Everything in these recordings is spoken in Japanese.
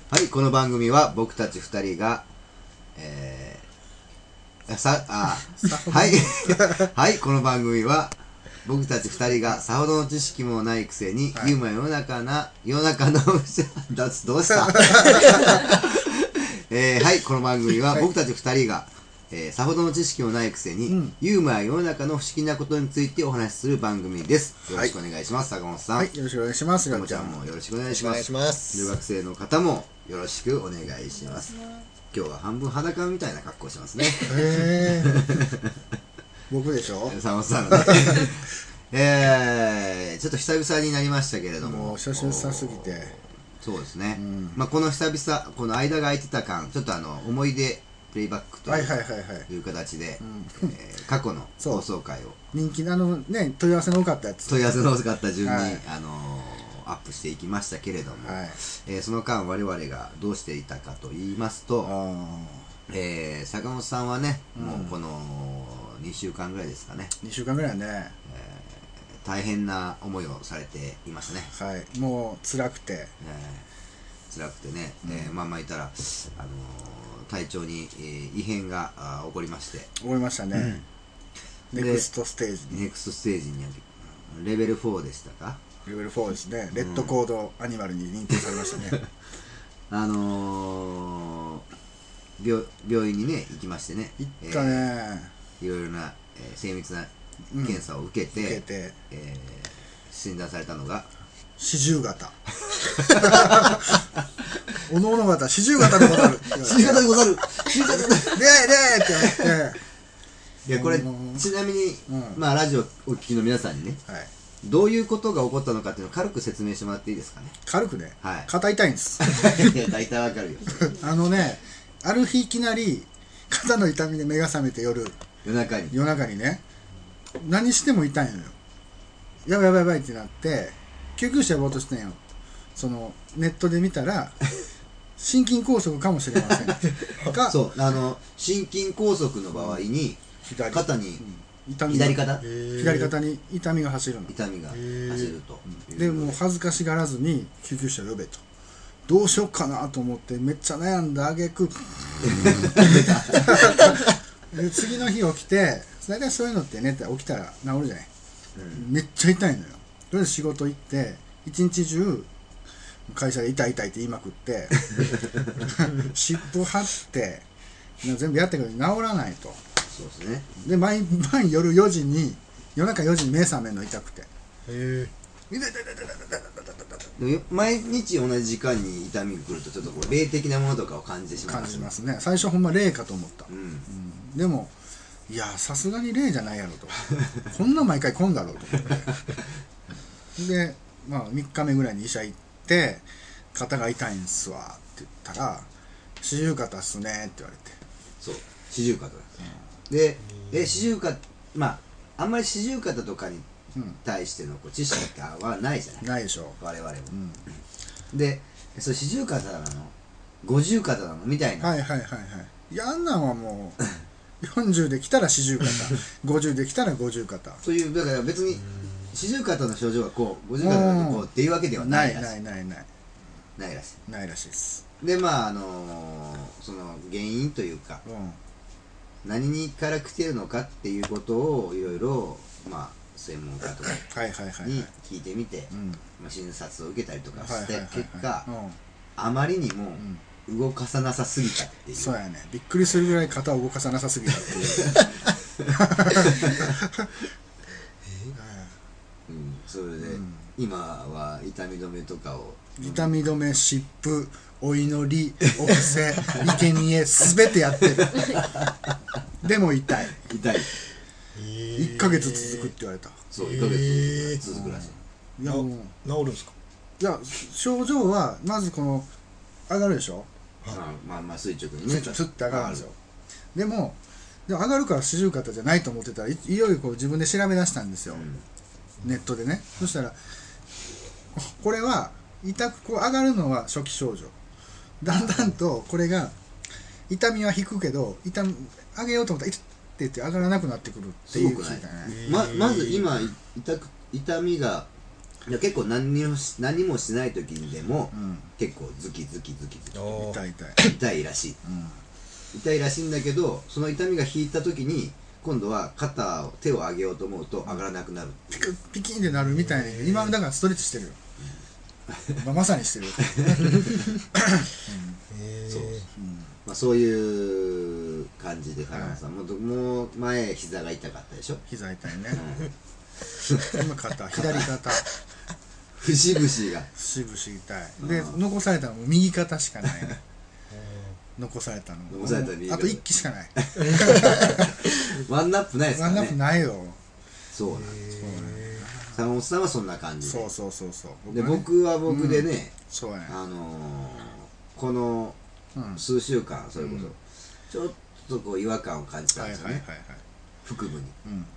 はい、この番組は僕たち2人が、はい、はい、この番組は僕たち2人がさほどの知識もないくせに、ユーモア世の中のどうしたはい、この番組は僕たち2人が、さほどの知識もないくせに、ユーモア世の中の不思議なことについてお話しする番組です。よろしくお願いします、坂本さん。 はい、よろしくお願いします。 ともちゃんもよろしくお願いします。留学生の方もよろしくお願いします。今日は半分裸みたいな格好してますね。 僕でしょ。 坂本さんがね。ちょっと久々になりましたけれども。 久々すぎて。 そうですね。まあこの久々、この間が空いてた間、ちょっと思い出プレイバックという形で過去の放送回を人気のね、問い合わせの多かったやつ、 問い合わせの多かった順にアップしていきましたけれども、その間我々がどうしていたかと言いますと、坂本さんはね、もうこの2週間ぐらいですかね、 2週間ぐらいね、 大変な思いをされていますね。 はい、もう辛くてね、まあいたら体調に異変が起こりまして、 起こりましたね。ネクストステージにレベル4でしたか。レベル4ですね。レッドコードアニマルに認定されましたね。 病院にね行きましてね、 行ったね。 いろいろな精密な検査を受けて、診断されたのが四十型。おのおの型、四十型でござる。 四十型でござる。四十型で。 でって言って。 いやこれちなみにまあラジオお聞きの皆さんにね、どういうことが起こったのかっていうのを軽く説明してもらっていいですかね。 軽くね。肩痛いんです。 いや大体わかるよ。 ある日いきなり肩の痛みで目が覚めて夜中にね、何しても痛いのよ。やばいやばいやばいってなって救急車呼ぼうとしてんよ。そのネットで見たら心筋梗塞かもしれませんが、 そう心筋梗塞の場合に肩に左肩に痛みが走るの。 痛みが走ると。 でもう恥ずかしがらずに救急車呼べと。どうしよっかなと思ってめっちゃ悩んだ挙句で次の日起きて、大体そういうのってね、起きたら治るじゃない、めっちゃ痛いのよ。とりあえず仕事行って一日中会社で痛い痛いって言いまくって湿布貼って全部やったけど治らないと。 そうですね。 で毎晩夜中4時に目覚めるの痛くて、 毎日同じ時間に痛みが来るとちょっとこう霊的なものとかを感じてしまいます。 感じますね。最初ほんま霊かと思った。でもいやさすがに霊じゃないやろとこんな毎回来んだろうと思ってでまあ3日目ぐらいに医者行って肩が痛いんすわって言ったら四十肩っすねって言われて。 そう四十肩で四十肩、まああんまり四十肩とかに対してのこう知識はないじゃない。 ないでしょ我々も。でそれ四十肩なの五十肩なのみたいな。 いやあんなんはもう40できたら四十肩50できたら五十肩。 そういうだから別に四十肩の症状がこう五十肩がこうっていうわけではないらしい。ないらしいです。でまあその原因というか、何から来てるのかっていうことをいろいろまあ専門家とかに聞いてみて、診察を受けたりとかして結果あまりにも動かさなさすぎたっていう。 そうやね。びっくりするぐらい肩を動かさなさすぎたっていうそれで今は痛み止めとかを痛み止め、湿布、お祈り、お布施、生贄すべてやってるでも痛い1ヶ月続くって言われた。 そう1ヶ月続くらしい。 いやもう治るんですか。 いや症状はまずこの上がるでしょ。 まあ垂直にねツッて上がるんですよ。でも上がるから四十肩じゃないと思ってたらいよいよこう自分で調べ出したんですよ、ネットでね。そしたらこれは痛くこう上がるのは初期症状、だんだんとこれが痛みは引くけど上げようと思ったら痛って言って上がらなくなってくるっていう聞いたね。 まず今痛みがいや結構何もしない時にでも、結構ズキズキ痛いらしい、痛いらしいんだけど、その痛みが引いた時に今度は手を上げようと思うと上がらなくなる、 ピキンってなるみたいな。今だからストレッチしてるよまさにしてるそう、そういう感じで、高野さんもう前膝が痛かったでしょ。 膝痛いね、今左肩節々が痛いで、残されたのも右肩しかないね残されたのあと1機しかないワンナップないですからね。 ワンナップないよ。 そうなんです。坂本さんはそんな感じで。 そうで、僕は僕でね、 そうやね、 この数週間それこそちょっとこう違和感を感じたんですよね、腹部に、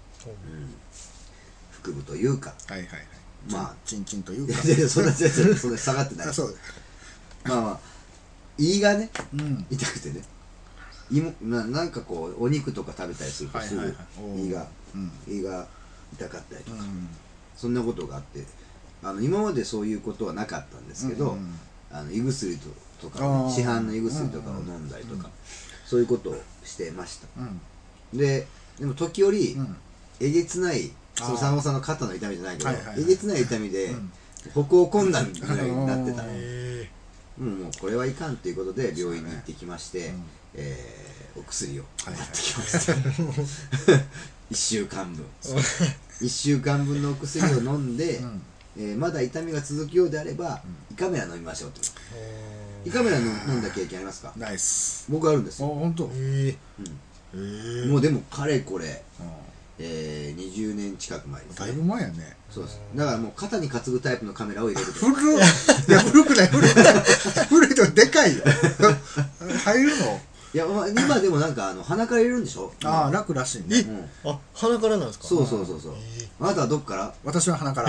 腹部というか、 まあチンチンというかそんな下がってないまあ胃がね痛くてね、なんかこうお肉とか食べたりするとすぐ胃が痛かったりとか、そんなことがあって、今までそういうことはなかったんですけど、胃薬とか、市販の胃薬とかを飲んだりとか、そういうことをしてました、でも時折、えげつないその佐野さんの肩の痛みじゃないけど、えげつない痛みで歩行困難ぐらいになってた、もうこれはいかんということで病院に行ってきまして、お薬を買ってきました1週間分1週間分のお薬を飲んで、まだ痛みが続くようであれば、胃カメラ飲みましょうと。胃カメラ飲んだ経験ありますか？ ないっす。 僕あるんですよ。 本当。 もうでもかれこれ20年近く前ですね。 だいぶ前やね。 そうです。だからもう肩に担ぐタイプのカメラを入れると。 古い。いや古くない古いとでかいよ入るの？ いや、今でもなんか鼻から入れるんでしょ。 ああ、楽らしいね。 あ、鼻からなんですか？ そう。あなたはどっから？ 私は鼻から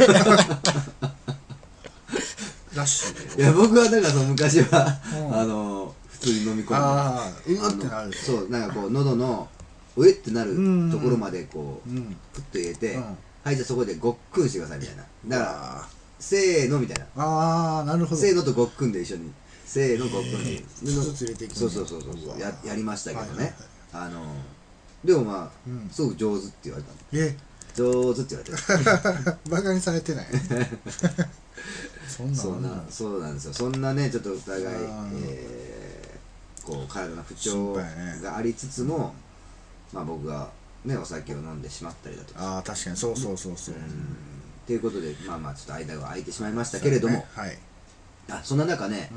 らしい。いや、僕はだから昔は普通に飲み込んで、 ああ、ってなる。 そう、なんかこう喉のうえってなるところまでこうプッと入れて、はい、じゃあそこでごっくんしてくださいみたいな。だからせーのみたいな。 ああ、なるほど。 せーのとごっくんで一緒に。せーのごっくんで一つ入れていく。 そうやりましたけどね。でもまあすごく上手って言われたの。上手って言われてる。 バカにされてないそうなんですよ。そんなね、ちょっとお互いこう体の不調がありつつも、まあ僕がねお酒を飲んでしまったりだとか、 ああ確かにそうっていうことでまあちょっと間が空いてしまいましたけれども、そんな中ね、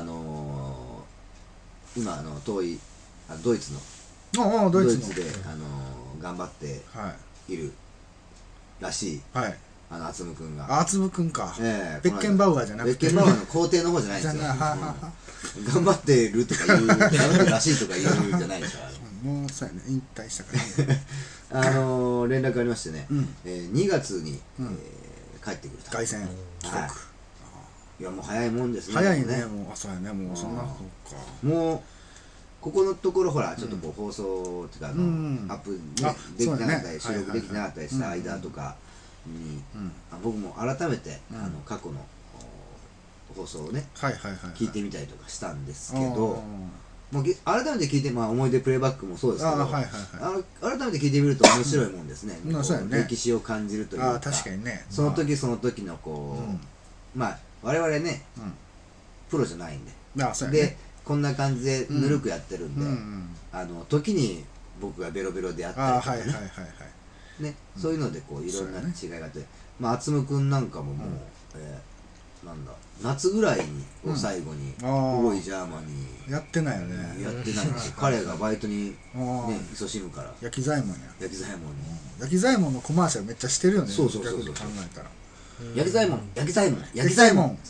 今遠いドイツで頑張っているらしい、アツム君が。 アツム君か。ベッケンバウアーじゃなくて。 ベッケンバウアーの皇帝の方じゃないんですよ。頑張ってるとか言う、頑張ってるらしいとか言うんじゃないでしょ。 もうそうやね、引退したから連絡ありましてね、2月に帰ってくると。 凱旋帰国。 いやもう早いもんですね。 早いね、もう。そうやね、もうそんなそうか。 もうここのところほらちょっとこう放送っていうかアップできなかったり収録できなかったりした間とかに僕も改めて過去の放送をね聞いてみたりとかしたんですけど、もう改めて聞いて、思い出プレイバックもそうですけど、改めて聞いてみると面白いもんですね。歴史を感じるというか、 確かにね、 その時その時のこう我々ねプロじゃないんで、でこんな感じでぬるくやってるんで、時に僕がベロベロでやったりとかね、そういうのでこういろんな違いがあって、あつむくんなんかももうなんだ夏ぐらいに最後に大井ジャーマニーやってないよね。 やってないんですよ。彼がバイトにね勤しむから。 焼き左衛門や。 焼き左衛門に焼き左衛門のコマーシャルめっちゃしてるよね。 そう考えたら焼き左衛門焼き左衛門焼き左衛門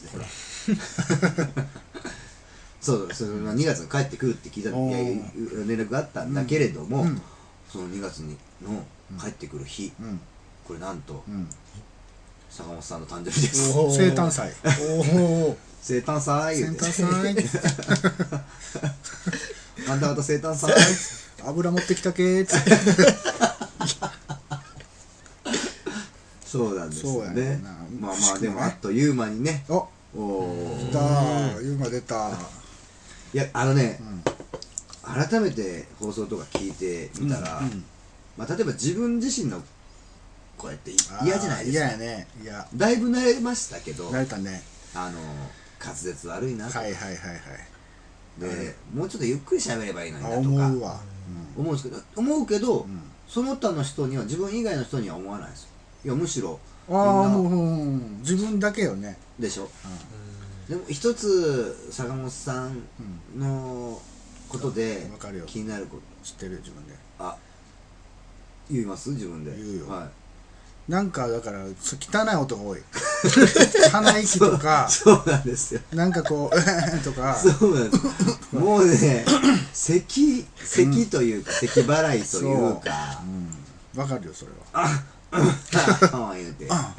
そう2月に帰ってくるって聞いた連絡があったんだけれども、その2月の帰ってくる日、これなんと坂本さんの誕生日です。 生誕祭。 生誕祭言うて。あんた方生誕祭。 油持ってきたけーっつって。 そうなんですよね。まあまあでもあっという間にね。 お来たユーマ出た。 いや改めて放送とか聞いてみたら、まあ例えば自分自身のこうやって嫌じゃないですか。 嫌やね。いやだいぶ慣れましたけど、 慣れたね。 滑舌悪いなとか、 はいはいはいはい。 でもうちょっとゆっくり喋ればいいのになとか思うわ。 思うんですけど、その他の人には、自分以外の人には思わないですよ。いやむしろもう自分だけよね。 でしょ。でも一つ坂本さんのことで気になること知ってる。自分で言います？自分で言うよ。 はい。 なんかだから汚い音が多い。鼻息とかそうなんですよ。 なんかこうとかそうなんです。もうね咳というか咳払いというか、 わかるよそれは。 言うてア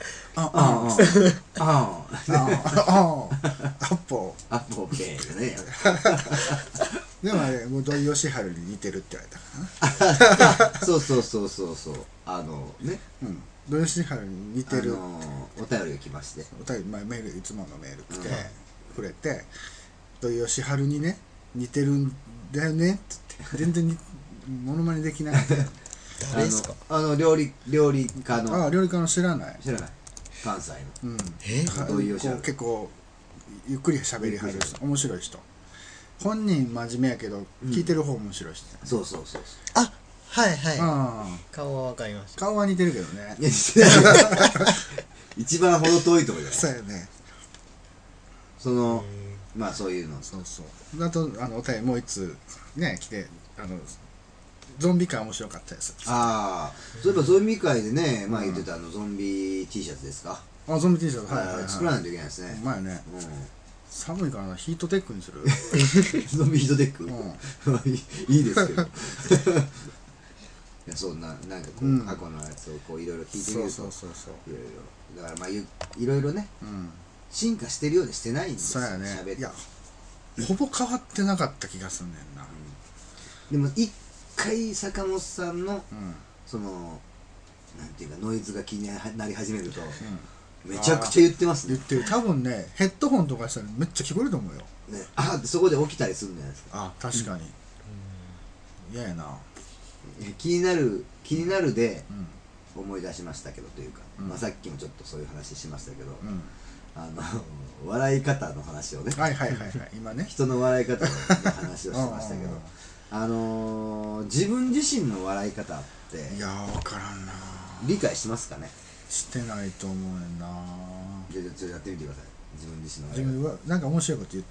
ッポーペーね。 でもね、もう土井善晴に似てるって言われたかな。そうね、 土井善晴に似てる。 お便りが来まして、 メール、いつものメール来てくれて、土井善晴にね似てるんだよねって言って、全然モノマネできない。 誰ですか？ 料理家の。 料理家の知らない。 関西の。 土井善晴結構ゆっくり喋りはる人、面白い人。本人真面目やけど聞いてる方面白い人。 そう。 はいはい。顔はわかりました。 顔は似てるけどね。 一番程遠いところじゃない。 そうやね。 まあそういうの。 そう。あとお便りもう一つね来て、ゾンビ界面白かったです。 そういえばゾンビ界でね、言ってたゾンビ T シャツですか。 ゾンビ T シャツ、はい。 作らないといけないですね。 うまいね。寒いからな、ヒートテックにする。 ゾンビヒートテック。いいですけど。いや、そんななんかこう過去のやつをこういろいろ聞いてみると、だからいろいろね、進化してるようでしてないんですよ。 そうやね。いや、ほぼ変わってなかった気がすんねんな。 でも一回坂本さんのなんていうかノイズが気になり始めるとめちゃくちゃ言ってますね。 言ってる。多分ね、ヘッドホンとかしたらめっちゃ聞こえると思うよ。 そこで起きたりするんじゃないですか。 確かに。嫌やな。 気になるで思い出しましたけどというか、さっきもちょっとそういう話しましたけど、笑い方の話をね、 今ね、 人の笑い方の話をしてましたけど、自分自身の笑い方って分からんな。 理解しますかね。 してないと思うねんな。 じゃあちょっとやってみてください。自分自身の笑い方。自分はなんか面白いこと言って。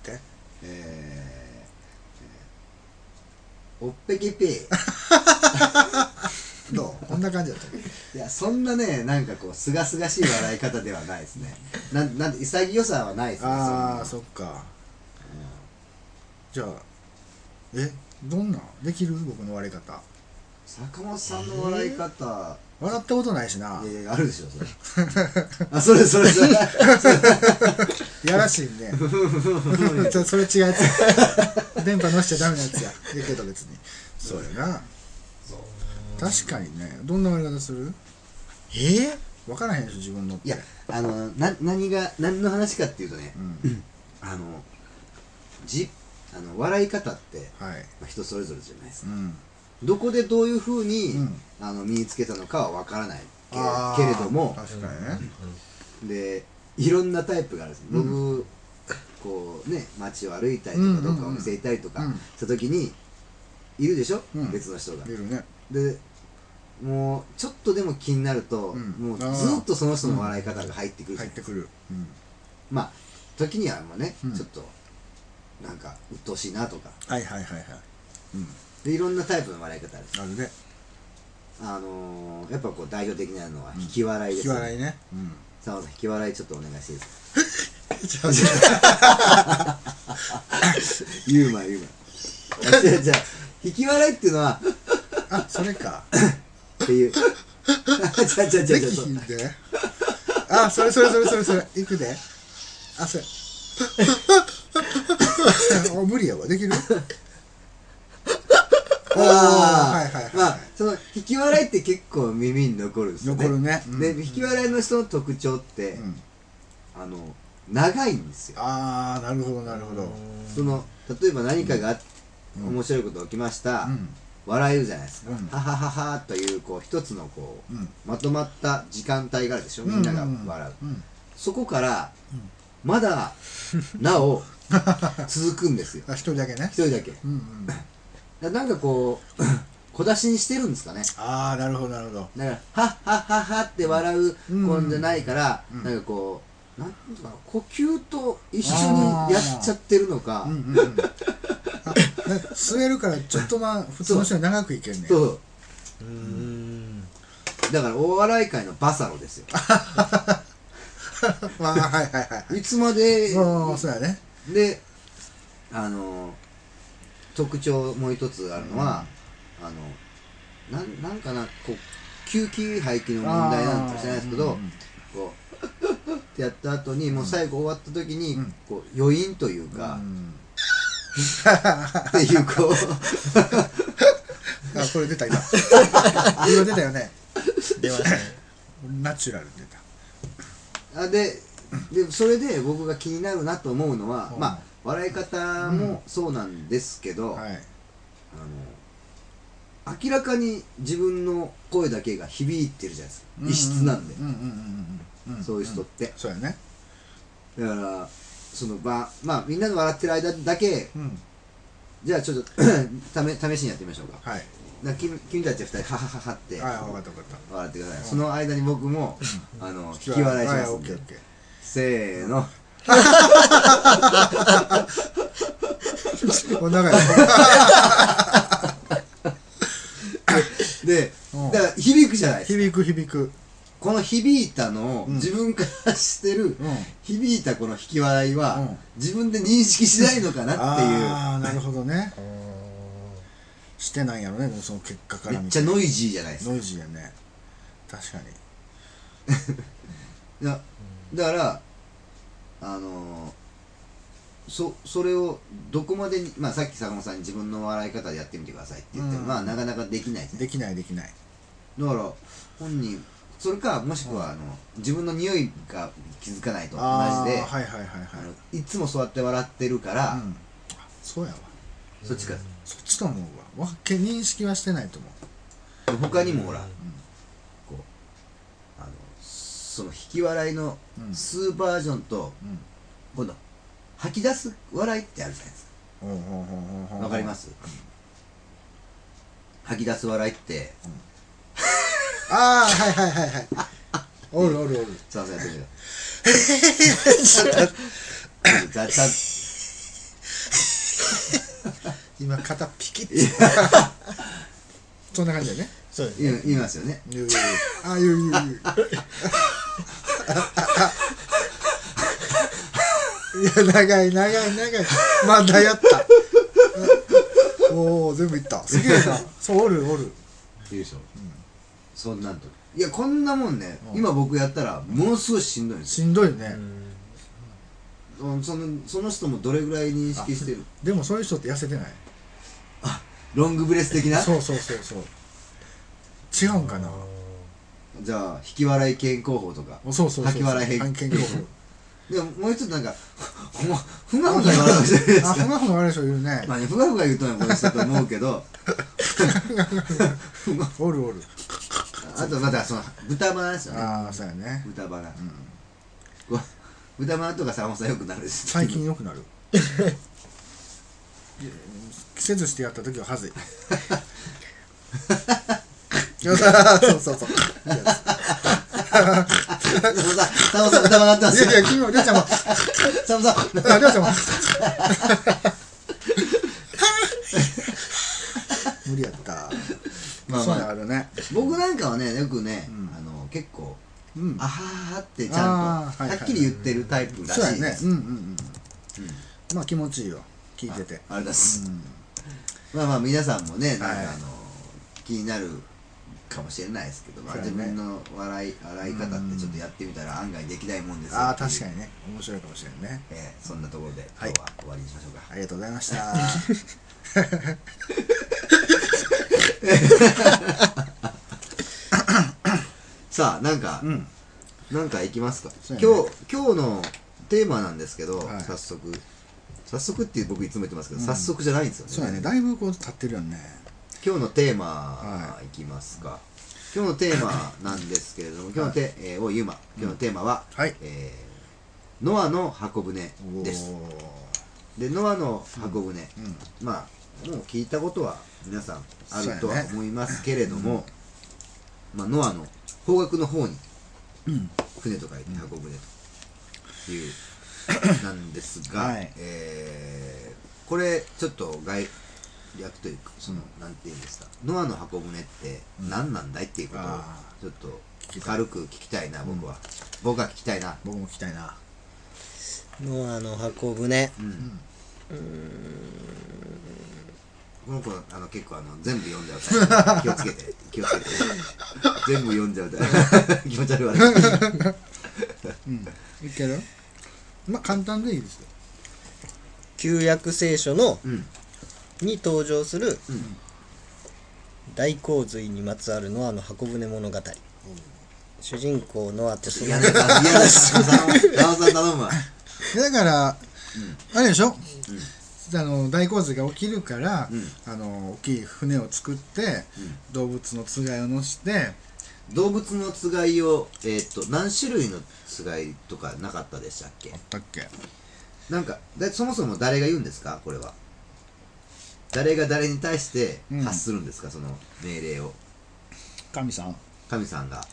おっぺけぺー。 どう？こんな感じだったっけ？いや、そんなね、なんかこうすがすがしい笑い方ではないですね。なんで潔さはないですね。 そっか。じゃあどんなできる？僕の笑い方。 坂本さんの笑い方、 笑ったことないしな。 あるでしょそれ。それやらしいね。それ違うやつ。電波乗しちゃダメなやつや。いいけど別に。そうやな。確かにね。どんな笑い方する？分からへんでしょ自分のって。 いや何の話かっていうとね、笑い方って人それぞれじゃないですか。どこでどういうふうに身につけたのかは分からないけれども、 確かにね。 でいろんなタイプがあるんです。僕こうね街を歩いたりとかどっかお店行ったりとかした時にいるでしょ、別の人が。 いるね。 でもうちょっとでも気になると、もうずっとその人の笑い方が入ってくる。 入ってくる。 まあ時にはもうね、ちょっとなんか鬱陶しいなとか。でいろんなタイプの笑い方ある。 あるね。 やっぱこう代表的なのは引き笑いですよね。 引き笑いね。 さあ引き笑いちょっとお願いしていいですか。言うまじゃあ引き笑いっていうのはそれかっていうじゃできひんで。それいくで。それ無理やわ。できる？ まあその引き笑いって結構耳に残るんですよね。 残るね。 で引き笑いの人の特徴って、長いんですよ。 ああ、なるほどなるほど。 その例えば何かが面白いこと起きました、笑えるじゃないですか、ははははというこう一つのこう、まとまった時間帯があるでしょ、みんなが笑う、そこから、まだなお続くんですよ。 一人だけね。 一人だけ。なんかこう小出しにしてるんですかね。 ああ、なるほどなるほど。 だからはっはっはっはって笑う子じゃないから、なんかこうなんていうかな、呼吸と一緒にやっちゃってるのか。 吸えるからちょっと普通の人は長くいけんねん。 そう。だからお笑い界のバサロですよ。 まあ、はいはいはい。 いつまで。 そうやね。 で、特徴もう一つあるのは、なんかな、こう吸気排気の問題なんかもしれないですけど、こうってやった後にもう最後終わった時にこう余韻というか、っていうこうあ、これ出た今今出たよね。 出ましたね。 ナチュラル出た。 でそれで僕が気になるなと思うのは、まあ笑い方もそうなんですけど、明らかに自分の声だけが響いてるじゃないですか、異質なんで、そういう人って。 そうやね。 だからそのまあみんなの笑ってる間だけ、じゃあちょっと試しにやってみましょうか。君たち2人ははははって笑ってください。その間に僕も引き笑いしますんで。せーの。 長い。 で、だから響くじゃないですか。 響く。 この響いたのを自分からしてる、響いたこの引き笑いは自分で認識しないのかなっていう。 ああ、なるほどね。してないやろね、でもその結果からめっちゃノイジーじゃないですか。 ノイジーやね。確かに。だからそれをどこまでに、まあさっき坂本さんに自分の笑い方でやってみてくださいって言っても、まあなかなかできないじゃん。 できない。 だから本人それかもしくは自分の匂いが気づかないと同じで、いつもそうやって笑ってるから、 そうやわ。 そっちか。 そっちと思うわ。認識はしてないと思う。 他にもほら、こうその引き笑いの数バージョンと、今度吐き出す笑いってあるじゃないですか。わかります？吐き出す笑いって、 ああ、はいおるさあやってみよう。 今肩ピキッてそんな感じだよね。 そうですね。 言いますよね。 ああ、言ういや、長いまだやった。おお、全部いった。すげえな。そう、おるいいでしょ。そんなんと、いや、こんなもんね、今僕やったらものすごいしんどいんですよ。 しんどいね。 その人もどれぐらい認識してる。 でもそういう人って痩せてない？ ロングブレス的な。 そう違うんかな。 じゃあ引き笑い健康法とか、吐き笑い健康法。でももう一つなんかふがふが言われる人いるじゃないですか。 ふがふが言われる人いるね。 まあね、ふがふが言うとんやこの人と思うけどおるあとまたその豚鼻ですよね。 ああ、そうやね。 豚鼻、豚鼻とか坂本さんよくなるです。 最近よくなる。季節してやった時ははずい。そう坂本さん豚鼻ってますよ。 いや君もりょうちゃんも坂本さんりょうちゃんも無理やった。そうあるね。 僕なんかはね、よくね、結構あははってちゃんとはっきり言ってるタイプらしいです。 まあ気持ちいいよ、聞いてて。 あれだす。まあ皆さんもね、なんか気になるかもしれないですけど、自分の笑い方ってちょっとやってみたら案外できないもんですよ。 ああ、確かにね、面白いかもしれんね。 そんなところで今日は終わりにしましょうか。 ありがとうございました。 さあなんか、なんかいきますか、今日のテーマなんですけど、早速って僕いつも言ってますけど、早速じゃないんですよね。 そうやね、だいぶこう立ってるよね。 今日のテーマいきますか。今日のテーマなんですけれども、今日のテーマは、ノアの箱舟です。で、ノアの箱舟、まあもう聞いたことは皆さんあるとは思いますけれども、まあノアの方角の方に船と書いて箱舟というなんですが、これちょっと概略というか、そのなんていうんですか、ノアの箱舟って何なんだいっていうことをちょっと軽く聞きたいな。僕は聞きたいな。 僕も聞きたいな。 ノアの箱舟、 この子結構全部読んじゃうから気をつけて全部読んじゃうから気持ち悪いわね。 いける？まあ簡単でいいですよ。 旧約聖書のに登場する大洪水にまつわるノアの箱舟物語。主人公ノアってその嫌だし、ダオさん頼むわ。 だからあれでしょ、大洪水が起きるから、大きい船を作って、動物のつがいを乗して、 動物のつがいを何種類のつがいとかなかったでしたっけ？ あったっけ？ なんかそもそも誰が言うんですか？これは誰が誰に対して発するんですか？その命令を。 神さんが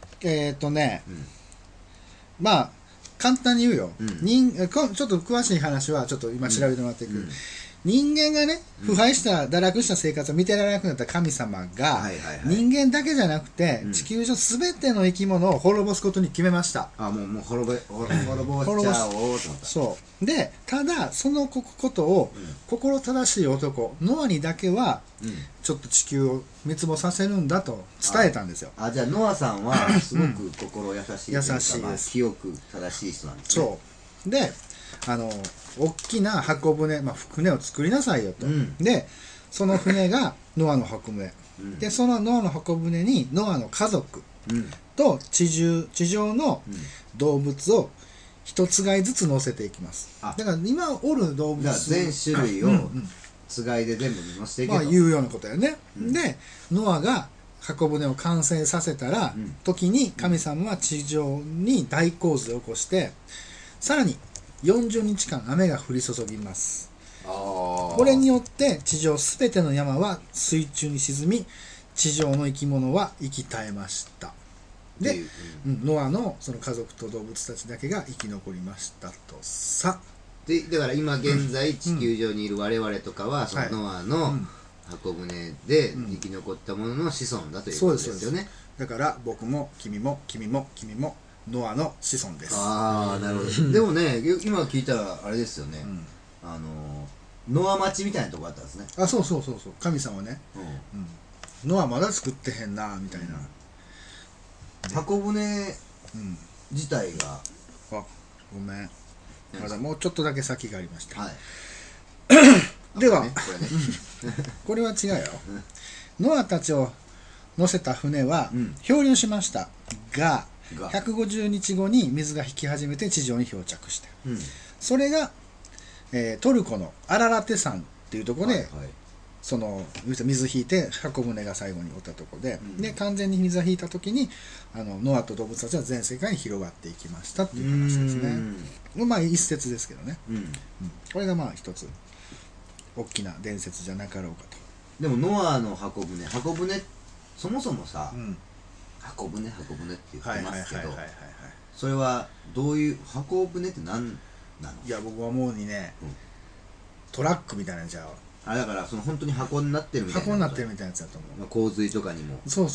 まあ簡単に言うよ、ちょっと詳しい話はちょっと今調べてもらっていく、人間がね腐敗した堕落した生活を見てられなくなった神様が人間だけじゃなくて地球上すべての生き物を滅ぼすことに決めました。 もう滅ぼしちゃおうと思った。 そうで、ただそのことを心正しい男ノアにだけはちょっと地球を滅亡させるんだと伝えたんですよ。 じゃあノアさんはすごく心優しいというか、清く正しい人なんですね。 そうで大きな箱舟、船を作りなさいよと、でその船がノアの箱舟、でそのノアの箱舟にノアの家族と地上の動物を一つがいずつ乗せていきます。だから今おる動物全種類をつがいで全部乗せていけと、 いうようなことやね。でノアが箱舟を完成させたら、時に神様は地上に大洪水を起こして、さらに40日間雨が降り注ぎます。これによって地上すべての山は水中に沈み、地上の生き物は生き絶えました。で、ノアのその家族と動物たちだけが生き残りましたとさ。 でだから今現在地球上にいる我々とかは、そのノアの箱舟で生き残ったものの子孫だということですよね。 だから僕も君もノアの子孫です。 なるほど。でもね、今聞いたらあれですよね、ノア町みたいなとこあったんですね。 そう神様ね、ノアまだ作ってへんなみたいな、 箱舟自体が、 ごめん、まだもうちょっとだけ先がありました。ではこれは違うよ。ノアたちを乗せた船は漂流しましたが、150日後に水が引き始めて地上に漂着した。それが、トルコのアララテ山っていうところで、その水引いて箱舟が最後におったところで、完全に水が引いた時にノアと動物たちは全世界に広がっていきましたっていう話ですね。一説ですけどね。これが一つ大きな伝説じゃなかろうかと。 でもノアの箱舟そもそもさ、箱舟って言ってますけど、それはどういう箱舟って何なの？ いや僕は思うにね、トラックみたいなんちゃう。 だからその本当に箱になってるみたいな。 箱になってるみたいなやつだと思う。 洪水とかにも。 そう。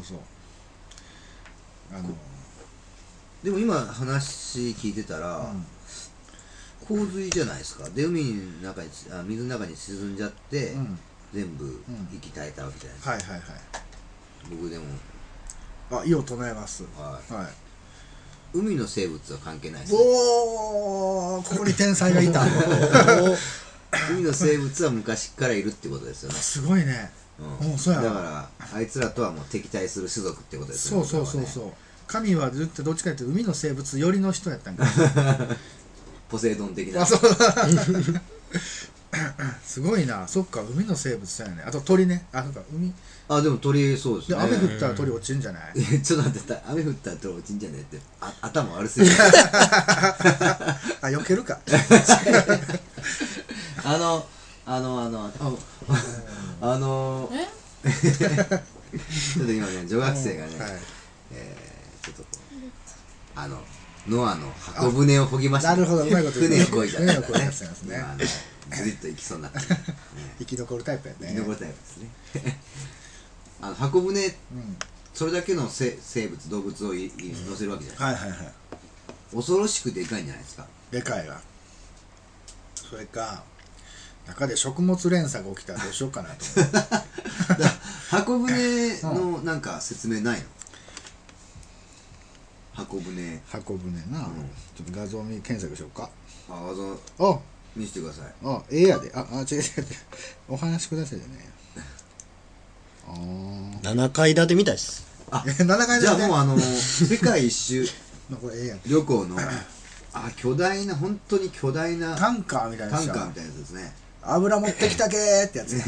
でも今話聞いてたら、洪水じゃないですか。で水の中に沈んじゃって、全部生き絶えたわけじゃないですか。僕でも意を唱えます。 海の生物は関係ないですね。 ここに天才がいた。 海の生物は昔からいるってことですよね。 すごいね。 そうやだからあいつらとはもう敵対する種族ってことですね。そう神はずっとどっちかというと海の生物寄りの人やったんかポセイドン的な。 すごいな。そっか、海の生物だよね。あと鳥ね。なんか海。 でも鳥そうですね。 雨降ったら鳥落ちるんじゃない？ ちょっと待って、雨降ったら鳥落ちんじゃねえって。頭悪すぎる。 避けるか。 ちょっと今ね、女学生がね、ちょっとノアの箱舟を漕ぎました。 なるほど、うまいこと言う。船を漕いじゃった。 船を漕いでますね。 ずりっと行きそうになって。 生き残るタイプやね。 生き残るタイプですね。箱舟、それだけの生物、動物を乗せるわけじゃないですか。恐ろしくでかいんじゃないですか。 でかいわ。それか、中で食物連鎖が起きたらどうしようかなと思って。 箱舟のなんか説明ないの？箱舟な、ちょっと画像検索しようか。 画像見せてください。 違うお話しくださいじゃねえよ。7階建てみたいです。 7階建て。じゃあもう世界一周旅行の巨大な、本当に巨大なタンカーみたいなやつですね。 油持ってきたけーってやつね。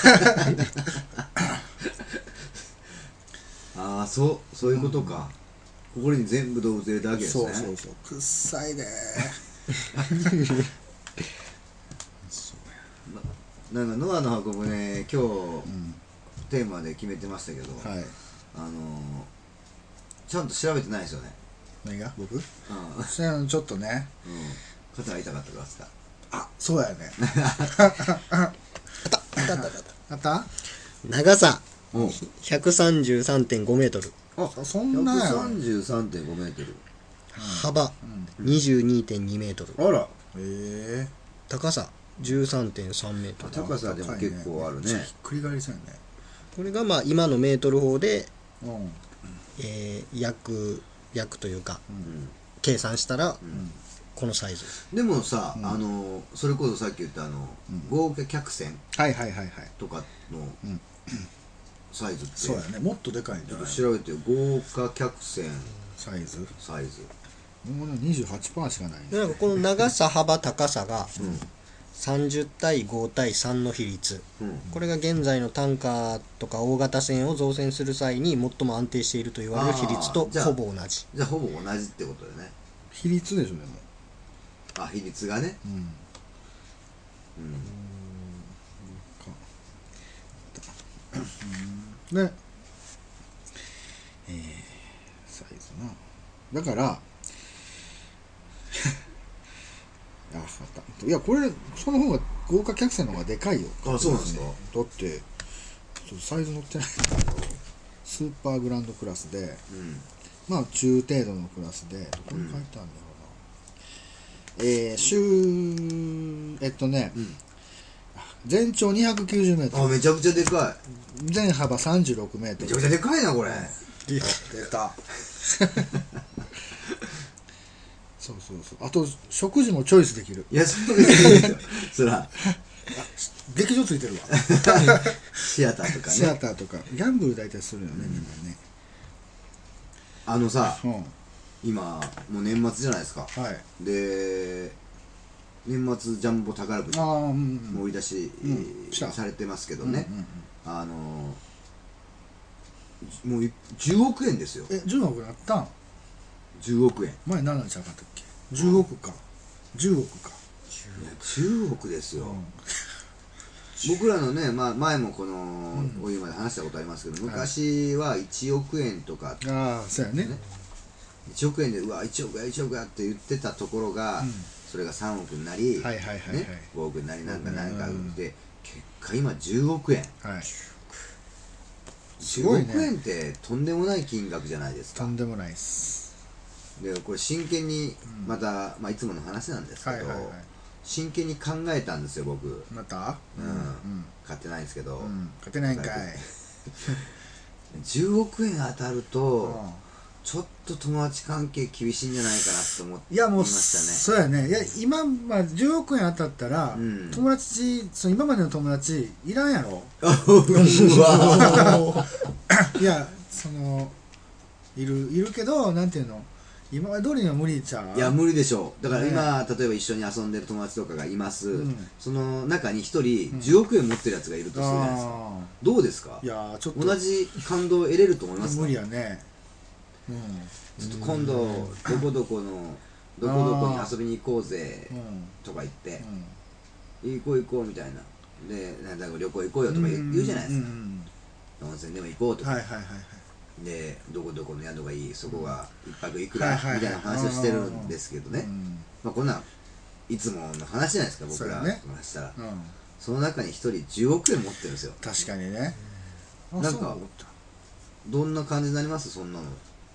そういうことか。ここに全部動物入れたわけですね。 そうくっさいでなんかノアの箱舟、今日テーマで決めてましたけど、ちゃんと調べてないですよね。 何が？僕？ちょっとね、 肩が痛かったからですか？ そうやね。あった？ 長さ 133.5 メートル。 そんなや。 133.5 メートル。 幅 22.2 メートル。 あら。 高さ 13.3 メートル。 高さでも結構あるね。ひっくり返りそうやね。 これが今のメートル法で約というか計算したらこのサイズ。 でもさ、それこそさっき言った豪華客船とかのサイズって、 そうやね、もっとでかいんじゃない？ちょっと調べてよ。豪華客船サイズもう 28% しかないんです。なんかこの長さ幅高さが30対5対3の比率、これが現在のタンカーとか大型船を造船する際に最も安定していると言われる比率とほぼ同じ。 じゃあほぼ同じってことだよね。 比率でしょ。でも比率がね。 で、サイズな。だからあったいや、これその方が豪華客船の方がでかいよ。 そうなんですか？ だってちょっとサイズ載ってない。スーパーグランドクラスで、中程度のクラスで、どこに書いてあるんだろうな。全長290メートル。 めちゃくちゃでかい。全幅36メートル。 めちゃくちゃでかいな、これ。 出た。そう。あと、食事もチョイスできる。 いや、そうですよ。そら。 劇場ついてるわ。 シアターとかね。 シアターとか。ギャンブル大体するよね、みんなね。 さ、今、もう年末じゃないですか。で、年末ジャンボ宝くじ盛り出しされてますけどね。もう10億円ですよ。 10億円あったん ？10億円。 前何じゃなかったっけ？10億か。10億か。 10億ですよ。僕らのね、前もこのお湯まで話したことありますけど、昔は1億円とか、 そうやね。 1億円で1億や1億やって言ってたところが、それが3億になり、5億になりなんかで、結果今10億円。10億円ってとんでもない金額じゃないですか。 とんでもないです。 でこれ真剣にまた、いつもの話なんですけど、真剣に考えたんですよ、僕。 また？ 買ってないんですけど。 買ってないんかい。 10億円当たると、ちょっと友達関係厳しいんじゃないかなと思っていやもうましたね。 そうやね。いや今、まあ、10億円当たったら、友達今までの友達いらんやろ。 うわいやいるけど、なんていうの、今まで通りには無理ちゃう。 いや無理でしょう。だから今、例えば一緒に遊んでる友達とかがいます、その中に一人10億円持ってるやつがいるとするじゃないですか、どうですか。 いやちょっと同じ感動を得れると思いますか。 無理やね。 ちょっと今度どこどこに遊びに行こうぜとか言って、行こう行こうみたいなで、なんだか旅行行こうよとか言うじゃないですか。温泉でも行こうとか、でどこどこの宿がいい、そこが一泊いくらみたいな話をしてるんですけどね、まあこんなんいつもの話じゃないですか、僕らからしたら。その中に一人10億円持ってるんですよ。 確かにね。 なんかどんな感じになります、そんなの。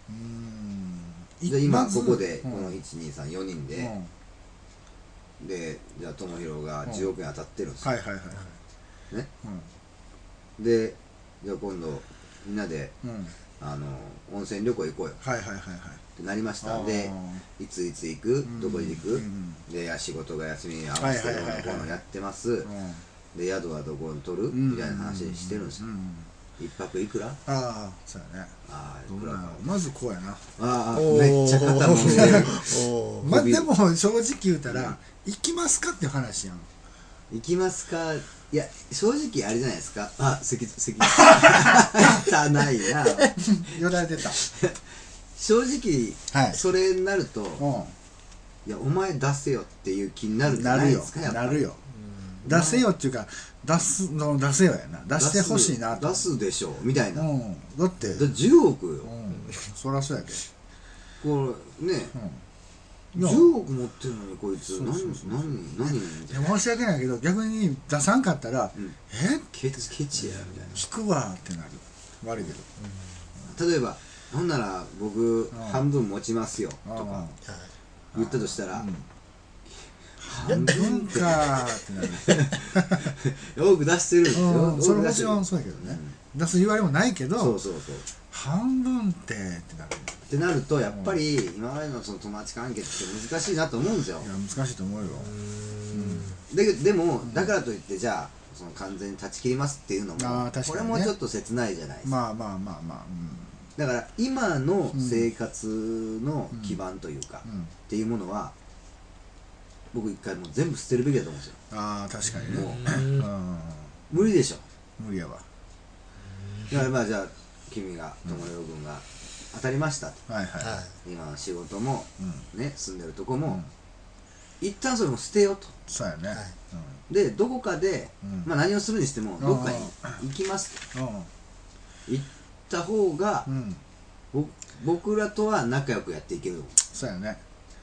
で今ここでこの123、4人で、でじゃあ友広が10億円当たってるんですよ。ね。でじゃあ今度みんなで温泉旅行行こうよってなりました。でいつ行く、どこに行く、で仕事が休みに合わせてどうのこうのやってます、で宿はどこに取るみたいな話してるんですよ。一泊いくら。 そうやね。 いくらか。 まずこうやな。 めっちゃ肩もんでる。 まあでも正直言うたら行きますかっていう話やん。 行きますか。いや正直あれじゃないですか。席汚いな。 よだれ出た。 正直それになると、いやお前出せよっていう気になるじゃないですか。 なるよ。出せよっていうか出せよやな。出してほしいなと。 出すでしょみたいな。 だって 10億よ。 そりゃそうやけど。 これね、10億持ってるのにこいつ何申し訳ないけど、逆に出さんかったらケチやみたいな。 引くわってなる。悪いけど、例えばほんなら僕半分持ちますよとか言ったとしたら、 半分かってなる。 多く出してるんですよ。 それもちろんそうやけどね。出す言われもないけど、 そう半分ってなる。 ってなるとやっぱり今までのその友達関係って難しいなと思うんですよ。 いや難しいと思うよ。 でもだからといってじゃあその完全に断ち切りますっていうのもこれもちょっと切ないじゃないですか。だから今の生活の基盤というかっていうものは僕一回もう全部捨てるべきだと思うんですよ。 確かにね。もう無理でしょ。 無理やわ。 だからじゃあ君が友広君が当たりましたと。今の仕事もね、住んでるとこも一旦それも捨てようと。 そうやね。 でどこかで何をするにしてもどっかに行きますと。行った方が僕らとは仲良くやっていける。 そうやね。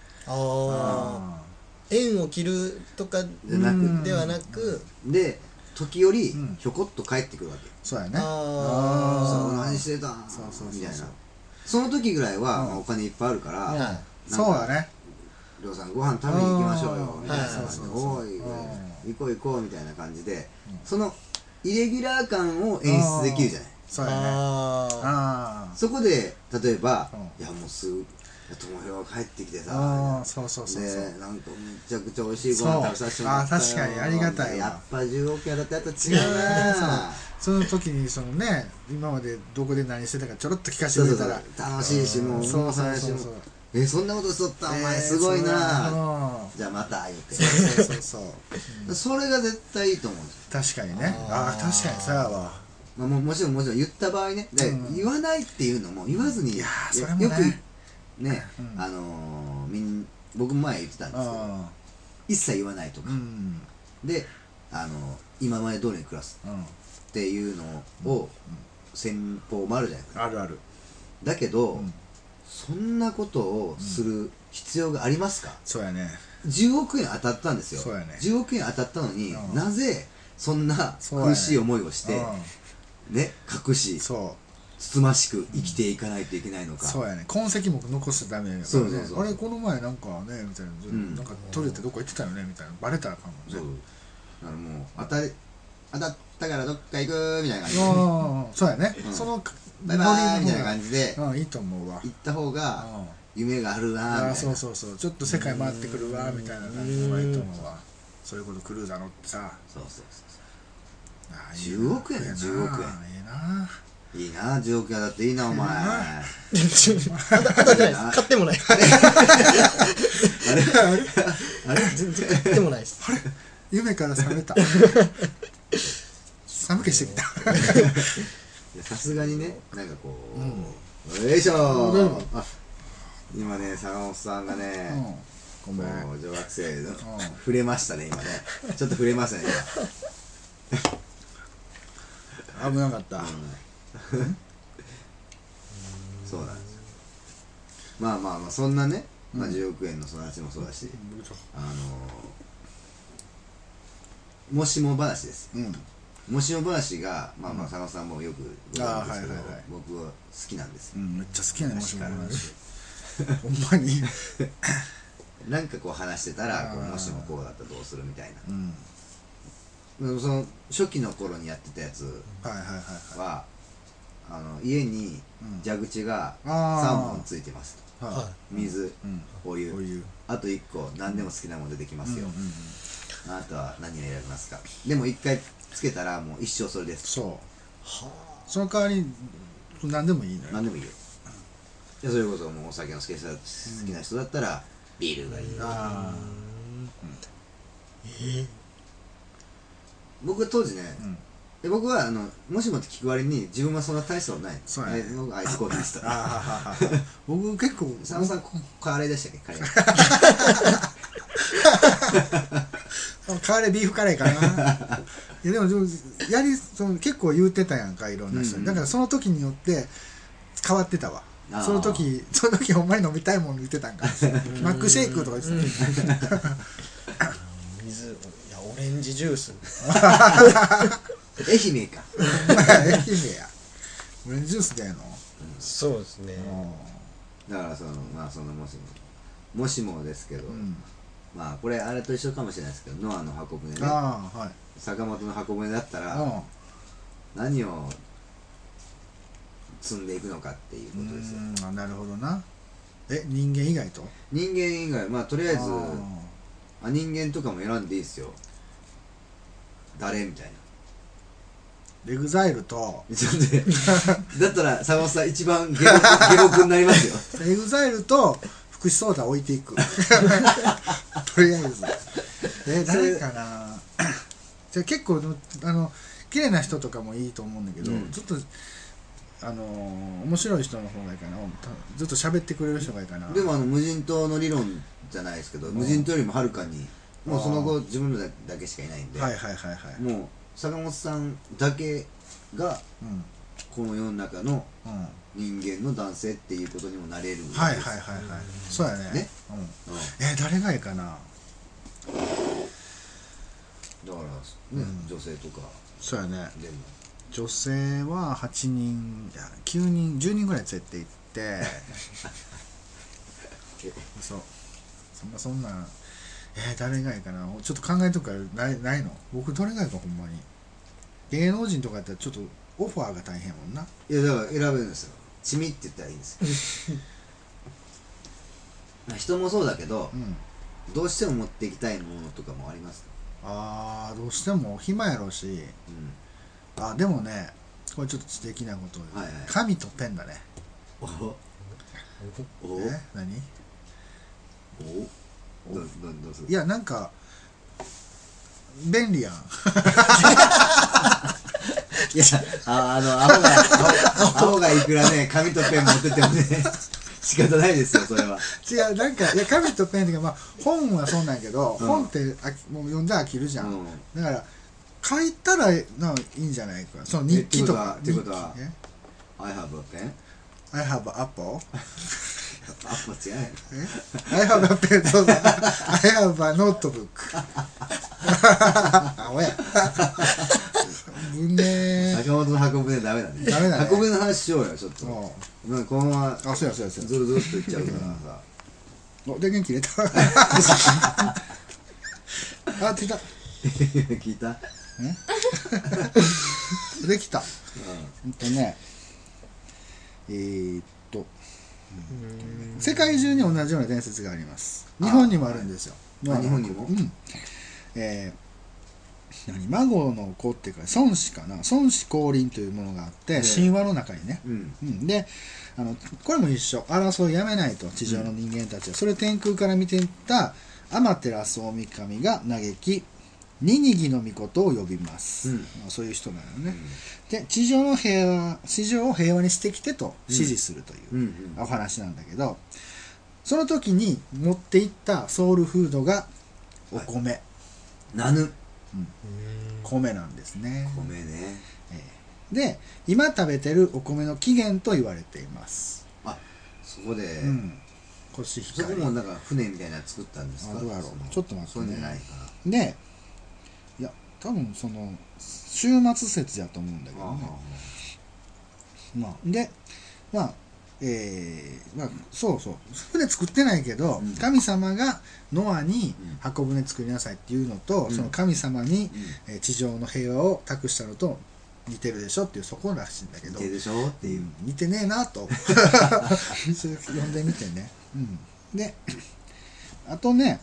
縁を切るとかではなく、 で時折ひょこっと帰ってくるわけ。 そうやね。 何してたんみたいな。その時ぐらいはお金いっぱいあるから、 そうだね。 りょうさんご飯食べに行きましょうよみたいな感じで、おい行こう行こうみたいな感じで、そのイレギュラー感を演出できるじゃない。 そうやね。 そこで例えばいやもうすぐ友広が帰ってきてさ、でなんかめちゃくちゃ美味しいご飯食べさせてもらったよ。 確かにありがたいわ。 やっぱ10億円だったら違うな。 その時にそのね、今までどこで何してたかちょろっと聞かせてくれたら楽しいし、もうそんなことしとったお前すごいな、じゃあまた言って、それが絶対いいと思うんですよ。 確かにね。確かにそうやわ。 もちろん言った場合ね、言わないっていうのも言わずに、よくね、僕も前言ってたんですけど、一切言わないとかで今まで通りに暮らすっていうのを戦法もあるじゃないですか。 あるある。 だけどそんなことをする必要がありますか。 そうやね。 10億円当たったんですよ。 そうやね。 10億円当たったのになぜそんな苦しい思いをしてね、隠しつつましく生きていかないといけないのか。 そうやね。痕跡も残しちゃダメやからね。あれこの前なんかねみたいな、なんか取れてどこ行ってたよねみたいなバレたらあかんもんね。 だからもう当たっったからどっか行くみたいな感じで、 そうやね、 うんそのバイバイみたいな感じでいいと思うわ。 行った方が夢があるなみたいな。 そうそうそう、ちょっと世界回ってくるわみたいな感じの方がいいと思うわ。そういうこと来るだろってさ。 そうそうそう。 いいな 10億円だ、10億円。 いいないいな、10億円だっていいな、お前。 あたじゃないです。買ってもない。 あれ全然買ってもないです。 夢から覚めた。寒気してきた。 さすがにね、なんかこう、よいしょー。今ね、坂本さんがね、 ごめん、 女学生の触れましたね、今ね。ちょっと触れましたね、 危なかった。 そうなんですよ。まあまあまあ、そんなね、まあ10億円のその話もそうだし、もしも話ですよ。もしも話が、まあまあ坂本さんもよくご存知ですけど、僕は好きなんですよ。 めっちゃ好きやね、もしも話。ほんまに。 なんかこう話してたら、もしもこうだったらどうするみたいな。その初期の頃にやってたやつは、家に蛇口が3本ついてますと。水、お湯、あと1個何でも好きなもの出てきますよ。あなたは何を選びますか。でも1回つけたらもう一生それです。 そう。その代わり何でもいいのよ。 何でもいいよ。それこそもうお酒の好きな人だったらビールがいい。僕は当時ね、僕はもしもって聞く割に自分はそんな大したことない。 そうやね。 僕アイスコーヒーでした。 僕結構佐野さんカレーでしたっけ、カレー。 カレービーフカレーかな。いやでも結構言うてたやんか、いろんな人に。だからその時によって変わってたわ。その時ほんまに飲みたいもの言ってたんか。マックシェイクとか言ってた。 水、いやオレンジジュース。 愛媛か。 愛媛や。オレンジジュースだよの。 そうですね。 だからまあもしもですけど、まあこれあれと一緒かもしれないですけど、ノアの箱舟ね、坂本の箱舟だったら何を積んでいくのかっていうことですよ。 なるほどな。人間以外と？ 人間以外、まあとりあえず人間とかも選んでいいですよ。誰みたいな。 エグザイルとだったら坂本さん一番下僕になりますよ。 エグザイルと福士蒼汰置いていく。とりあえず誰かな。じゃあ結構綺麗な人とかもいいと思うんだけど、ちょっと面白い人の方がいいかな。ずっと喋ってくれる人がいいかな。 でも無人島の理論じゃないですけど、無人島よりもはるかにもうその後自分らだけしかいないんで、もう坂本さんだけがこの世の中の人間の男性っていうことにもなれるんです。 そうやね。誰がいいかな。 だからね、女性とか。 そうやね。でも女性は8人9人10人ぐらい連れて行って。そんな誰がいいかな。ちょっと考えとくからないの。僕どれがいいかほんまに。芸能人とかやったらちょっとオファーが大変もんな。 いやだから選べるんですよ。チミって言ったらいいんですよ。人もそうだけど、どうしても持っていきたいものとかもありますか？ どうしても暇やろうし、でもね、これちょっと知的なことを言う。紙とペンだね。何？どうする？いやなんか便利やん。 いやアホがいくらね紙とペン持っててもね仕方ないですよそれは。 違う、なんか紙とペンっていうか、まあ本はそうなんやけど、本ってもう読んだら飽きるじゃん。だから書いたらいいんじゃないか。その日記とか。 ってことは I have a pen? I have an apple? アップ違う。 I have a pen. そうだ。I have a notebook. おや。 坂本の箱舟ダメだね。 ダメだね。 箱舟の話しようよちょっと。このままそうやずるずるっといっちゃうからさ。 電源切れた。聞いた。 聞いた？ できた。世界中に同じような伝説があります。日本にもあるんですよ。 日本にも。 孫の子っていうか孫子かな、孫子降臨というものがあって、神話の中にね、でこれも一緒、争いやめないと地上の人間たちは、それを天空から見ていった天照大神が嘆き、ニニギの御事を呼びます、そういう人なのね、で地上を平和にしてきてと指示するというお話なんだけど、その時に持っていったソウルフードがお米、米なんですね。 米ね。 で今食べてるお米の起源と言われています。 そこで、 コシヒカリ、 そこもなんか船みたいなの作ったんですか。 どうやろう、ちょっと待ってね。 そうじゃないかな。 でいや多分その終末説やと思うんだけどね。そう船作ってないけど、神様がノアに箱舟作りなさいっていうのと、その神様に地上の平和を託したのと似てるでしょっていう、そこらしいんだけど、 似てるでしょっていう、 似てねえなと読んでみてね。であとね、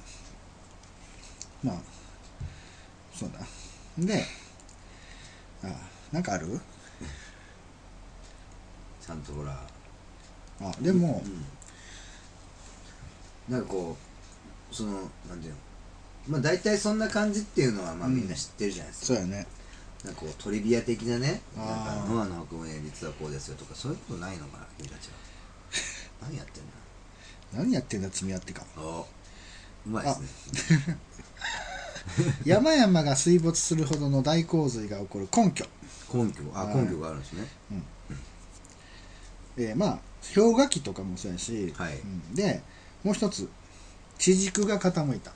そうだで、なんかある？ ちゃんとほら、 でも、 なんかこうそのなんていうの、大体そんな感じっていうのはみんな知ってるじゃないですか。 そうやね。 なんかこうトリビア的なね、なんかノアの箱舟実はこうですよとか、そういうことないのかな、君たちは。何やってんだ。 何やってんだ君はってか。 うまいですね。 山々が水没するほどの大洪水が起こる根拠があるんですね。 氷河期とかもそうやし、でもう一つ地軸が傾いた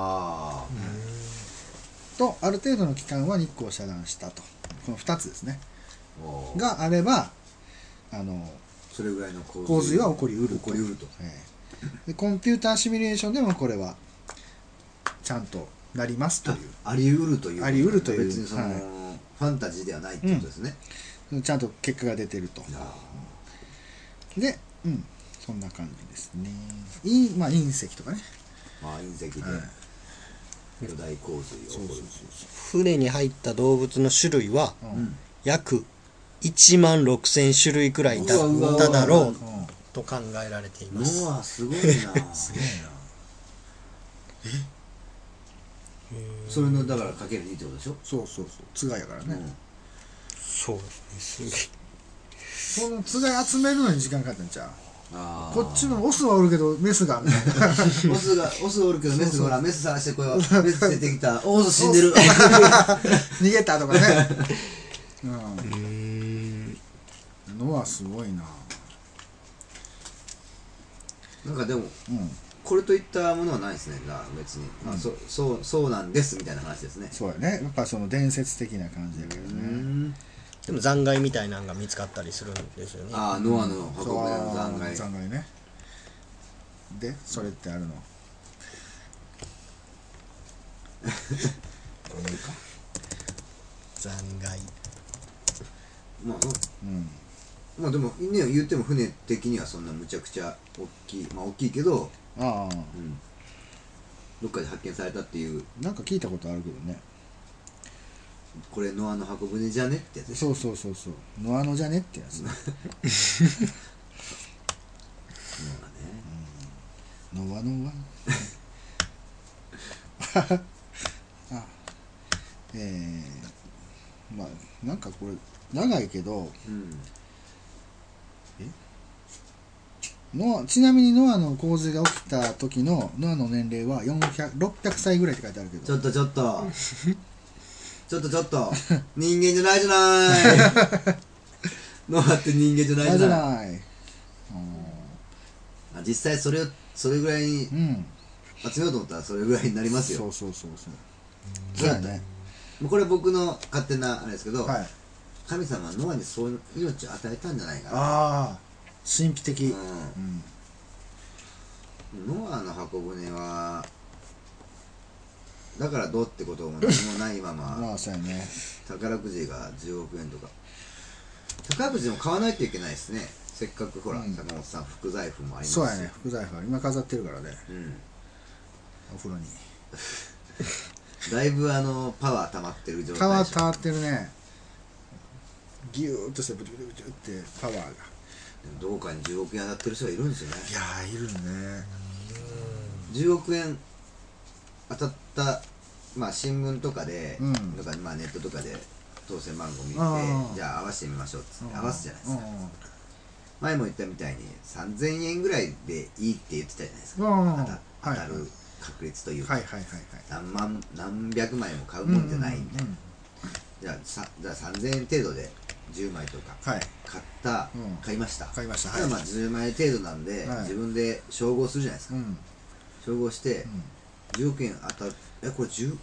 と、ある程度の期間は日光を遮断したと、この2つですねがあれば、 それぐらいの洪水は起こりうると。でコンピューターシミュレーションでもこれはちゃんとなりますという、 ありうるという、別にその、 ファンタジーではないってことですね。 ちゃんと結果が出てると。で、そんな感じですね。隕石とかね。 隕石で巨大洪水が起こる。 船に入った動物の種類は約1万6000種類くらいだっただろうと考えられています。 ノアすごいな。すげえな。それのだからかける2ってことでしょ。 そうつがいやからね。 そうですね。 そのつがい集めるのに時間かかったんちゃう。こっちもオスはおるけどメスがみたいな。 オスおるけどメスが、ほらメス探してこよう、メス出てきた、オス死んでる、 逃げたとかね。ノアすごいな。 なんかでも、これといったものはないですね。別に、そうなんですみたいな話ですね。 そうやね。やっぱその伝説的な感じだけどね。 でも残骸みたいなのが見つかったりするんですよね。 ノアの箱舟の残骸ね。でそれってあるの。 残骸。 でもね、言っても船的にはそんなむちゃくちゃ大きいけど、どっかで発見されたっていう。 なんか聞いたことあるけどね。 これノアの箱舟じゃねってやつ。 そうノアのじゃねってやつ。ノアなんかこれ長いけど、ちなみにノアの洪水が起きた時のノアの年齢は600歳ぐらいって書いてあるけど、 ちょっと人間じゃないじゃないノアって人間じゃないじゃない。実際それぐらいに集めようと思ったらそれぐらいになりますよ。 そうやね。 これ僕の勝手なあれですけど、神様はノアにそういう命を与えたんじゃないかな。 神秘的。 ノアの箱舟はだからどうってことも何もないまままあそうやね、 宝くじが10億円とか。宝くじも買わないといけないですね。せっかくほら、坂本さん福財布もありますし。 そうやね、福財布今飾ってるからね、お風呂にだいぶパワー溜まってる状態でしょ。 パワー溜まってるね、ギューッとしてブチブチブチってパワーが。 どうかに10億円当たってる人がいるんですよね。 いやーいるね。 10億円当たった、まあ新聞とかで、とかまあネットとかで当選番号見て、じゃあ合わせてみましょうっつって合わすじゃないですか。前も言ったみたいに3000円ぐらいでいいって言ってたじゃないですか。当たる確率というか、何百枚も買うもんじゃないんで、じゃあ3000円程度で10枚とか買いました。まあ10枚程度なんで自分で照合するじゃないですか。照合して10億円当たる、これ10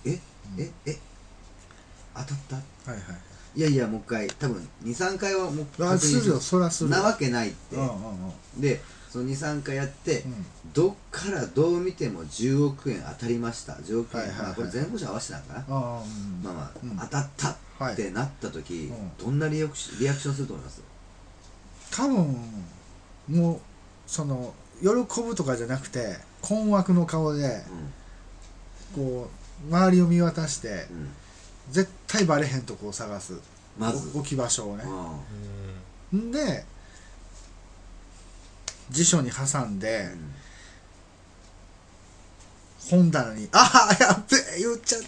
当たった、いやいやもう一回多分 2,3 回はもう確認するなわけないって。でその 2,3 回やって、どっからどう見ても10億円当たりました、10億円、これ前後者合わせてたのかな、まあ当たったってなった時、どんなリアクションすると思います？ 多分もうその喜ぶとかじゃなくて困惑の顔で、こう周りを見渡して、絶対バレへんとこを探す、まず置き場所をね。で辞書に挟んで、本棚に「ああやっべえ言っちゃ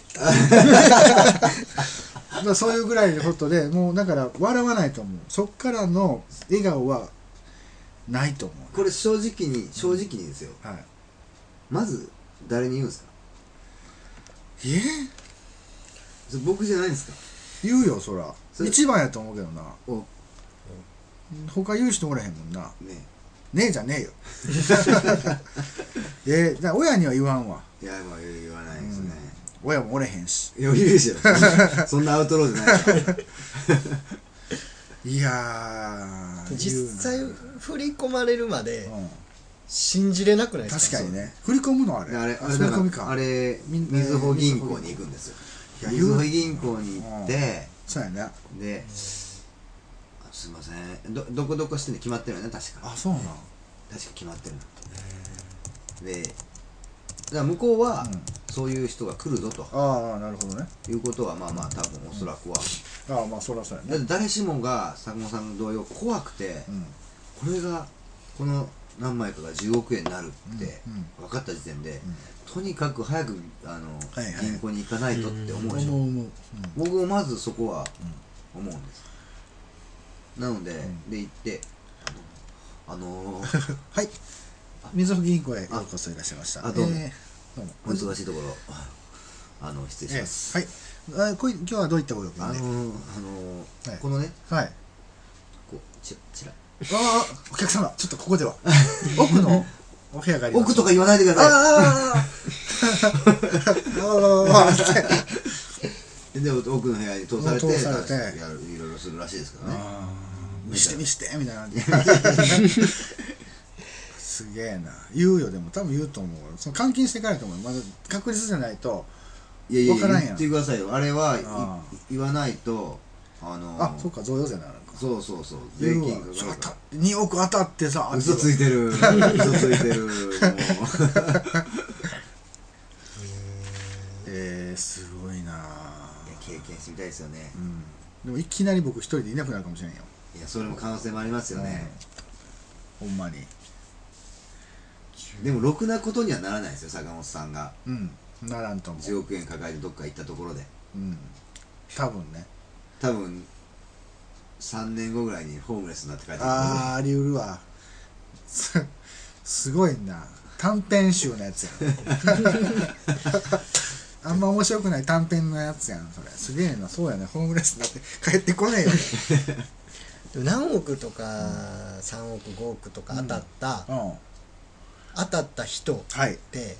った」そういうぐらいのことでもうだから笑わないと思う。そっからの笑顔はないと思う。 これ正直にですよ、まず誰に言うんですか？僕じゃないんですか？ 言うよ、そら一番やと思うけどな。他言う人おらへんもんな。ねえじゃねえよ。親には言わんわ。 いやまあ言わないですね。 親もおれへんし。 いや言うでしょ。そんなアウトローじゃないから。 いや実際振り込まれるまで信じれなくないですか？ 確かにね。振り込むのあれ。 あれみずほ銀行に行くんですよ。みずほ銀行に行って、 そうやね。 ですいません、どこどこしてんで決まってるよね、確か。 あ、そうなん。 確か決まってるんだって。でだから向こうはそういう人が来るぞと。 ああ、なるほどね。 いうことはまあまあ多分おそらくは。 ああ、まあそりゃそうやね。 だって誰しもが坂本さん同様怖くて、これがこの何枚かが10億円になるって分かった時点で、とにかく早く銀行に行かないとって思うでしょ。僕もまずそこは思うんです。なので行ってはい、みずほ銀行へようこそいらっしゃいました。 どうもお忙しいところ失礼します。 はい、今日はどういったご用件で？ このね、 はい、 こうちらお客様、ちょっとここでは奥のお部屋があります。 奥とか言わないでください。で奥の部屋に通されていろいろするらしいですからね。 見してみたいな。すげえな。言うよ。でも多分言うと思う。その監禁してからと思う。まだ確実じゃないと分からんやん。 言ってくださいよ。あれは言わないとそうか、贈与税なのか。 そう税金が 2億当たってさ。 嘘ついてる。もうすごいな。 経験してみたいですよね。 でもいきなり僕一人でいなくなるかもしれんよ。 いやそれも可能性もありますよね。 ほんまに。 でもろくなことにはならないですよ、坂本さんが。 ならんと思う。 10億円抱えてどっか行ったところで。 多分ね。 多分3年後ぐらいにホームレスになって帰ってくる。 ありうるわ。すごいな。短編集のやつやん。あんま面白くない短編のやつやん、それ。すげえな。そうやね。ホームレスになって帰ってこないよね。 何億とか3億5億とか当たった人って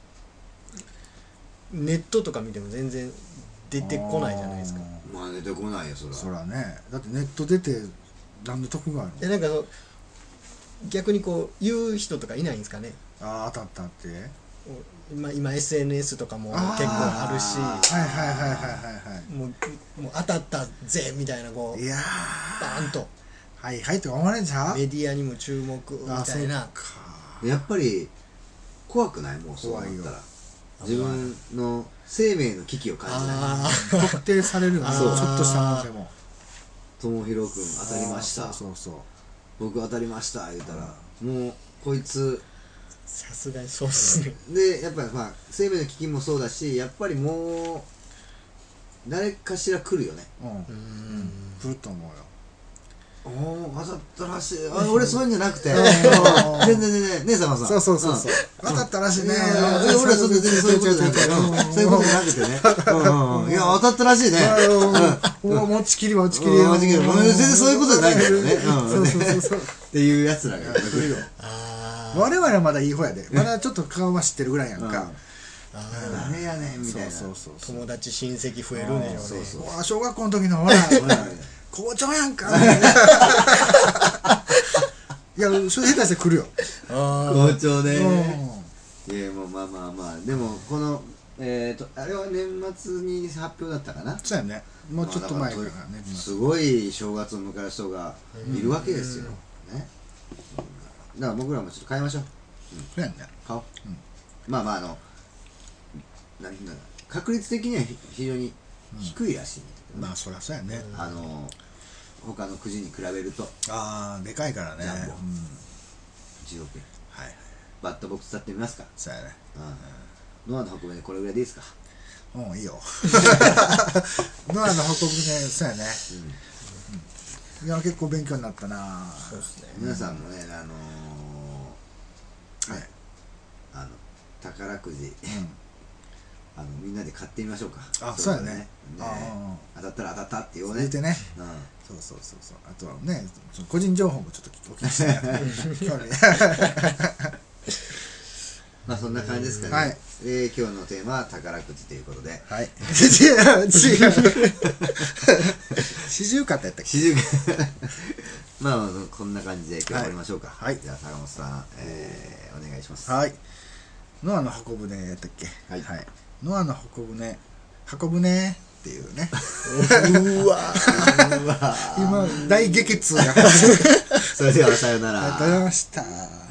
ネットとか見ても全然出てこないじゃないですか。 まあ出てこないよ、 そらね。だってネット出て何の得があるの？ なんか逆にこう言う人とかいないんですかね。 当たったって。 今 SNS とかも結構あるし、 はいはいはいはいはいもう当たったぜみたいなこういやバーンとはいはいとか思われんじゃん。 メディアにも注目みたいな。 やっぱり怖くない？もうそうなったら自分の生命の危機を感じない？ 特定されるよね。ちょっとしたものでも友広くん当たりました、僕当たりました言うたらもうこいつさすがにそうっすね。 でやっぱりまあ生命の危機もそうだし、やっぱりもう誰かしら来るよね。 来ると思うよ。 おお当たったらしい。俺そういうんじゃなくて全然姉様さんそう当たったらしいね。 俺はそういうことじゃなくてそういうことじゃなくてね、いや当たったらしいね。 持ちきり全然そういうことじゃないんだよねっていうやつらが来るよ。 我々はまだいい方やで。まだちょっと顔は知ってるぐらいやんか。 誰やねんみたいな。 友達親戚増えるんでしょうね。 小学校の時のほら校長やんかいや、それ下手して来るよ校長ね。いやもうまあでもこのあれは年末に発表だったかな。 そうやね、もうちょっと前からね。 すごい正月を迎える人がいるわけですよね。だから僕らもちょっと買いましょう。 そうやね、 買おう。まあ確率的には非常に低いらしい。 まあそりゃそうやね。 他のくじに比べるとでかいからね。 10億円。 はい。 バットボックス立ってみますか。 そうやね。 ノアの箱舟これぐらいでいいですか。 いいよノアの箱舟。そうやね。いや結構勉強になったな。 そうですね。 皆さんもね宝くじみんなで買ってみましょうか。 そうやね。 当たったら当たったって言おうね。 言うてね。そう。あとはね、個人情報もちょっとお聞きして興味まあそんな感じですかね。 はい。 今日のテーマは宝くじということで。 はい。違う。四十肩やったっけ？ 四十肩。まあこんな感じで今日終わりましょうか。 はい。 じゃあ坂本さんお願いします。 はい。ノアの箱舟やったっけ？ はい。 ノアの箱舟っていうね。 うわ今大激痛が。 それではさよなら。 ありがとうございました。